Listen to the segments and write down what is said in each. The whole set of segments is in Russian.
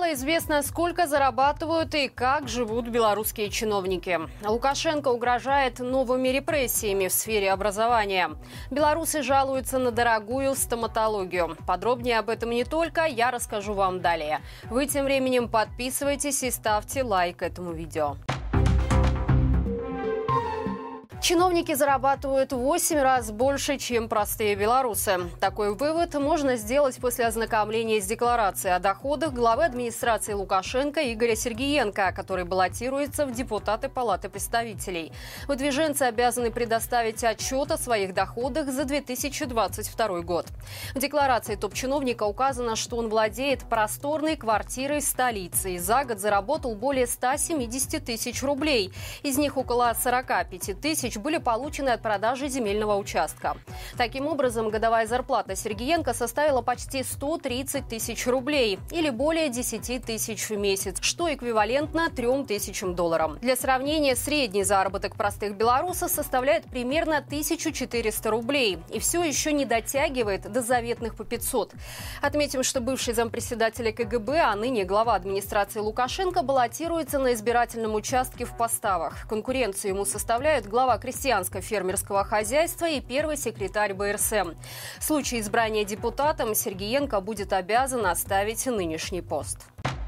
Стало известно, сколько зарабатывают и как живут белорусские чиновники. Лукашенко угрожает новыми репрессиями в сфере образования. Белорусы жалуются на дорогую стоматологию. Подробнее об этом не только, я расскажу вам далее. Вы тем временем подписывайтесь и ставьте лайк этому видео. Чиновники зарабатывают в 8 раз больше, чем простые белорусы. Такой вывод можно сделать после ознакомления с декларацией о доходах главы администрации Лукашенко Игоря Сергеенко, который баллотируется в депутаты Палаты представителей. Выдвиженцы обязаны предоставить отчет о своих доходах за 2022 год. В декларации топ-чиновника указано, что он владеет просторной квартирой в столице и за год заработал более 170 тысяч рублей. Из них около 45 тысяч были получены от продажи земельного участка. Таким образом, годовая зарплата Сергеенко составила почти 130 тысяч рублей или более 10 тысяч в месяц, что эквивалентно 3 тысячам долларов. Для сравнения, средний заработок простых белорусов составляет примерно 1400 рублей и все еще не дотягивает до заветных по 500. Отметим, что бывший зампредседателя КГБ, а ныне глава администрации Лукашенко, баллотируется на избирательном участке в Поставах. Конкуренцию ему составляют глава крестьянско-фермерского хозяйства и первый секретарь БРСМ. В случае избрания депутатом Сергеенко будет обязан оставить нынешний пост.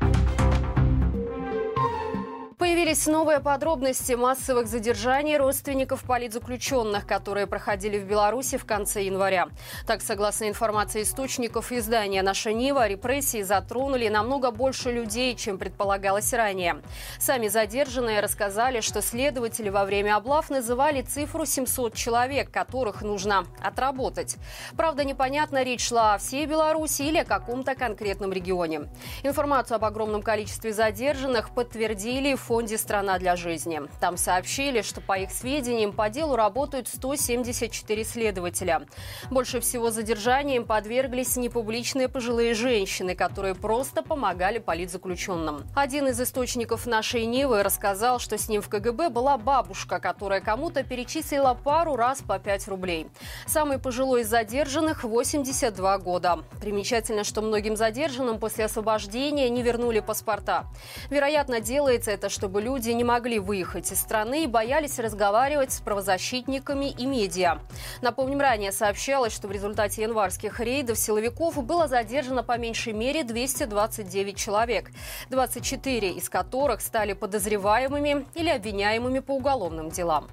Появились новые подробности массовых задержаний родственников политзаключенных, которые проходили в Беларуси в конце января. Так, согласно информации источников издания «Наша Нива», репрессии затронули намного больше людей, чем предполагалось ранее. Сами задержанные рассказали, что следователи во время облав называли цифру 700 человек, которых нужно отработать. Правда, непонятно, речь шла о всей Беларуси или о каком-то конкретном регионе. Информацию об огромном количестве задержанных подтвердили в фонде «Страна для жизни». Там сообщили, что, по их сведениям, по делу работают 174 следователя. Больше всего задержаниям подверглись непубличные пожилые женщины, которые просто помогали политзаключенным. Один из источников «Нашей Нивы» рассказал, что с ним в КГБ была бабушка, которая кому-то перечислила пару раз по 5 рублей. Самый пожилой из задержанных – 82 года. Примечательно, что многим задержанным после освобождения не вернули паспорта. Вероятно, делается это, чтобы люди не могли выехать из страны и боялись разговаривать с правозащитниками и медиа. Напомним, ранее сообщалось, что в результате январских рейдов силовиков было задержано по меньшей мере 229 человек, 24 из которых стали подозреваемыми или обвиняемыми по уголовным делам.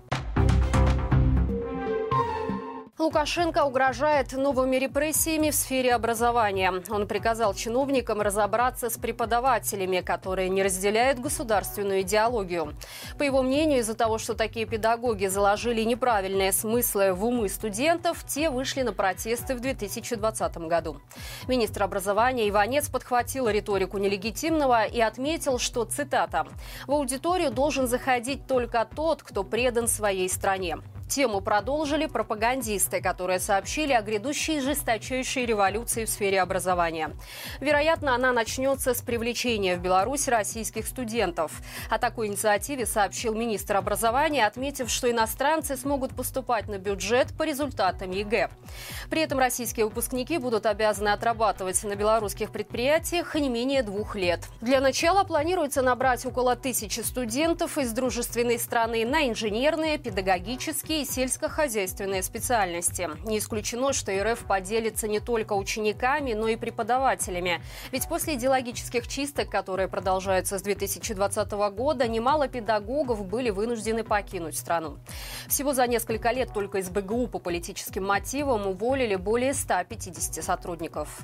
Лукашенко угрожает новыми репрессиями в сфере образования. Он приказал чиновникам разобраться с преподавателями, которые не разделяют государственную идеологию. По его мнению, из-за того, что такие педагоги заложили неправильные смыслы в умы студентов, те вышли на протесты в 2020 году. Министр образования Иванец подхватил риторику нелегитимного и отметил, что, цитата, «в аудиторию должен заходить только тот, кто предан своей стране». Тему продолжили пропагандисты, которые сообщили о грядущей жесточайшей революции в сфере образования. Вероятно, она начнется с привлечения в Беларусь российских студентов. О такой инициативе сообщил министр образования, отметив, что иностранцы смогут поступать на бюджет по результатам ЕГЭ. При этом российские выпускники будут обязаны отрабатывать на белорусских предприятиях не менее 2 лет. Для начала планируется набрать около 1000 студентов из дружественной страны на инженерные, педагогические и сельскохозяйственные специальности. Не исключено, что РФ поделится не только учениками, но и преподавателями. Ведь после идеологических чисток, которые продолжаются с 2020 года, немало педагогов были вынуждены покинуть страну. Всего за несколько лет только из БГУ по политическим мотивам уволили более 150 сотрудников.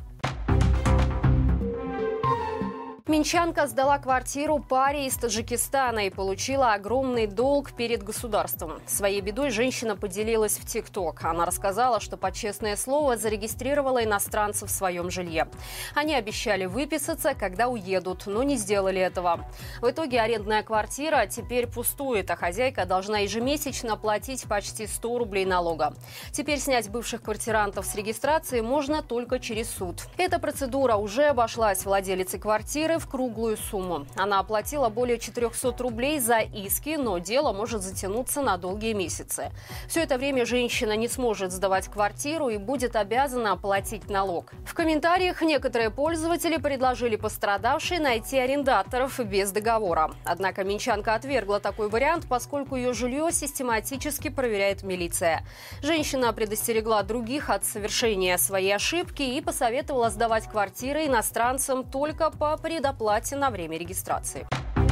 Минчанка сдала квартиру паре из Таджикистана и получила огромный долг перед государством. Своей бедой женщина поделилась в ТикТок. Она рассказала, что под честное слово зарегистрировала иностранцев в своем жилье. Они обещали выписаться, когда уедут, но не сделали этого. В итоге арендная квартира теперь пустует, а хозяйка должна ежемесячно платить почти 100 рублей налога. Теперь снять бывших квартирантов с регистрации можно только через суд. Эта процедура уже обошлась владелице квартиры РФ круглую сумму. Она оплатила более 400 рублей за иски, но дело может затянуться на долгие месяцы. Все это время женщина не сможет сдавать квартиру и будет обязана платить налог. В комментариях некоторые пользователи предложили пострадавшей найти арендаторов без договора. Однако минчанка отвергла такой вариант, поскольку ее жилье систематически проверяет милиция. Женщина предостерегла других от совершения своей ошибки и посоветовала сдавать квартиры иностранцам только по предоплате на время регистрации.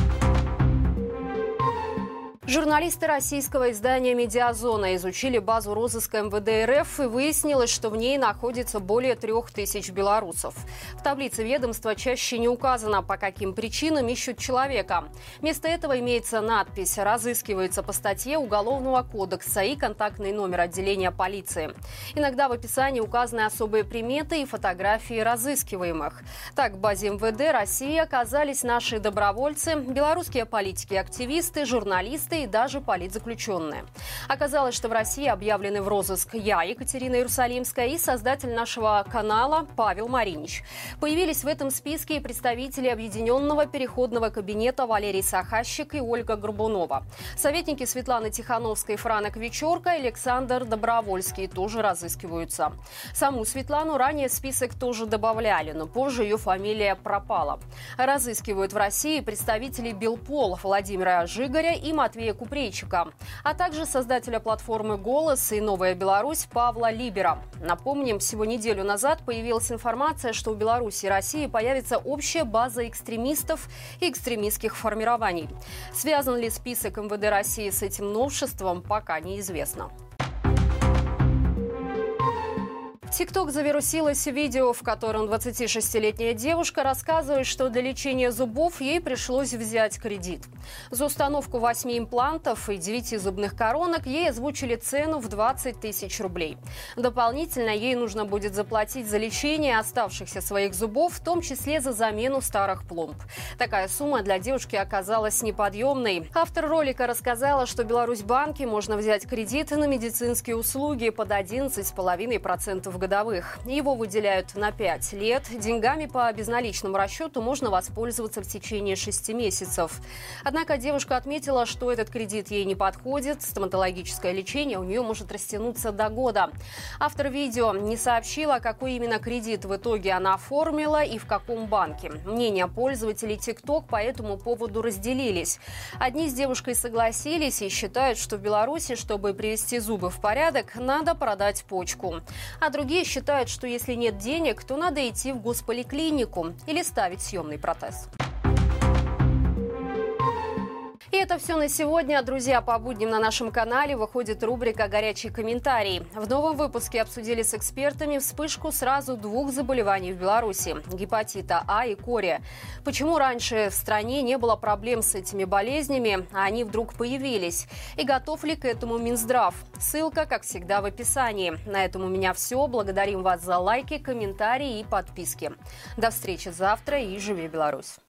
Журналисты российского издания «Медиазона» изучили базу розыска МВД РФ и выяснилось, что в ней находится более 3000 белорусов. В таблице ведомства чаще не указано, по каким причинам ищут человека. Вместо этого имеется надпись «Разыскивается по статье Уголовного кодекса» и контактный номер отделения полиции. Иногда в описании указаны особые приметы и фотографии разыскиваемых. Так, в базе МВД России оказались наши добровольцы, белорусские политики и активисты, журналисты и даже политзаключенные. Оказалось, что в России объявлены в розыск я, Екатерина Иерусалимская, и создатель нашего канала Павел Маринич. Появились в этом списке и представители Объединенного переходного кабинета Валерий Сахащик и Ольга Горбунова. Советники Светланы Тихановской, Франок Вечерка и Александр Добровольский тоже разыскиваются. Саму Светлану ранее в список тоже добавляли, но позже ее фамилия пропала. Разыскивают в России представителей Белпол Владимира Жигаря и Матвея Купрейчика, а также создателя платформы «Голос» и «Новая Беларусь» Павла Либера. Напомним, всего неделю назад появилась информация, что у Беларуси и России появится общая база экстремистов и экстремистских формирований. Связан ли список МВД России с этим новшеством, пока неизвестно. В ТикТок завирусилось видео, в котором 26-летняя девушка рассказывает, что для лечения зубов ей пришлось взять кредит. За установку 8 имплантов и 9 зубных коронок ей озвучили цену в 20 тысяч рублей. Дополнительно ей нужно будет заплатить за лечение оставшихся своих зубов, в том числе за замену старых пломб. Такая сумма для девушки оказалась неподъемной. Автор ролика рассказала, что в Беларусьбанке можно взять кредит на медицинские услуги под 11,5% годовых. Его выделяют на 5 лет. Деньгами по безналичному расчету можно воспользоваться в течение 6 месяцев. Однако девушка отметила, что этот кредит ей не подходит. Стоматологическое лечение у нее может растянуться до года. Автор видео не сообщила, какой именно кредит в итоге она оформила и в каком банке. Мнения пользователей TikTok по этому поводу разделились. Одни с девушкой согласились и считают, что в Беларуси, чтобы привести зубы в порядок, надо продать почку. А другие считают, что если нет денег, то надо идти в госполиклинику или ставить съемный протез. И это все на сегодня. Друзья, по будням на нашем канале выходит рубрика «Горячий комментарий». В новом выпуске обсудили с экспертами вспышку сразу 2 заболеваний в Беларуси – гепатита А и кори. Почему раньше в стране не было проблем с этими болезнями, а они вдруг появились? И готов ли к этому Минздрав? Ссылка, как всегда, в описании. На этом у меня все. Благодарим вас за лайки, комментарии и подписки. До встречи завтра и живи Беларусь!